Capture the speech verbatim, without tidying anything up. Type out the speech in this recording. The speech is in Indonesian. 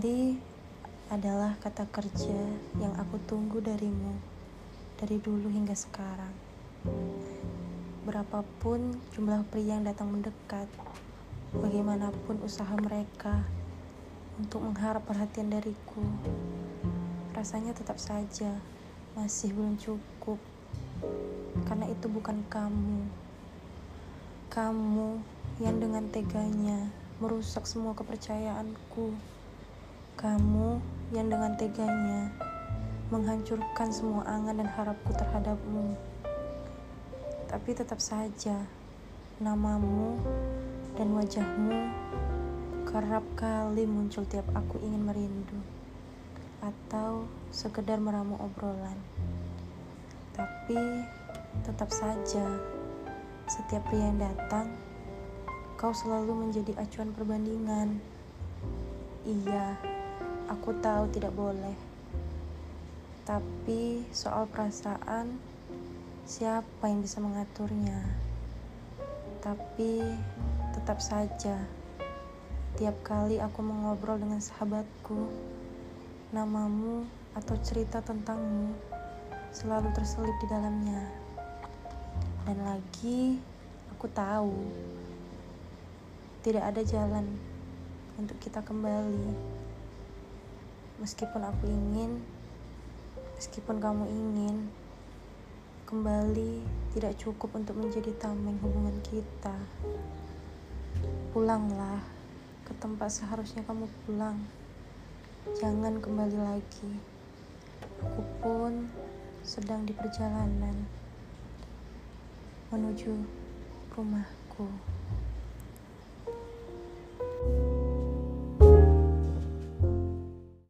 Kembali adalah kata kerja yang aku tunggu darimu dari dulu hingga sekarang. Berapapun jumlah pria yang datang mendekat, bagaimanapun usaha mereka untuk mengharap perhatian dariku, rasanya tetap saja masih belum cukup. Karena itu bukan kamu. Kamu yang dengan teganya merusak semua kepercayaanku. Kamu yang dengan teganya menghancurkan semua angan dan harapku terhadapmu. Tapi tetap saja namamu dan wajahmu kerap kali muncul tiap aku ingin merindu atau sekedar meramu obrolan. Tapi tetap saja setiap pria yang datang, kau selalu menjadi acuan perbandingan. Iya, aku tahu tidak boleh. Tapi soal perasaan, siapa yang bisa mengaturnya? Tapi tetap saja, tiap kali aku mengobrol dengan sahabatku, namamu atau cerita tentangmu selalu terselip di dalamnya. Dan lagi, aku tahu tidak ada jalan untuk kita kembali. Meskipun aku ingin, meskipun kamu ingin, kembali tidak cukup untuk menjadi tameng hubungan kita. Pulanglah ke tempat seharusnya kamu pulang. Jangan kembali lagi. Aku pun sedang di perjalanan menuju rumahku.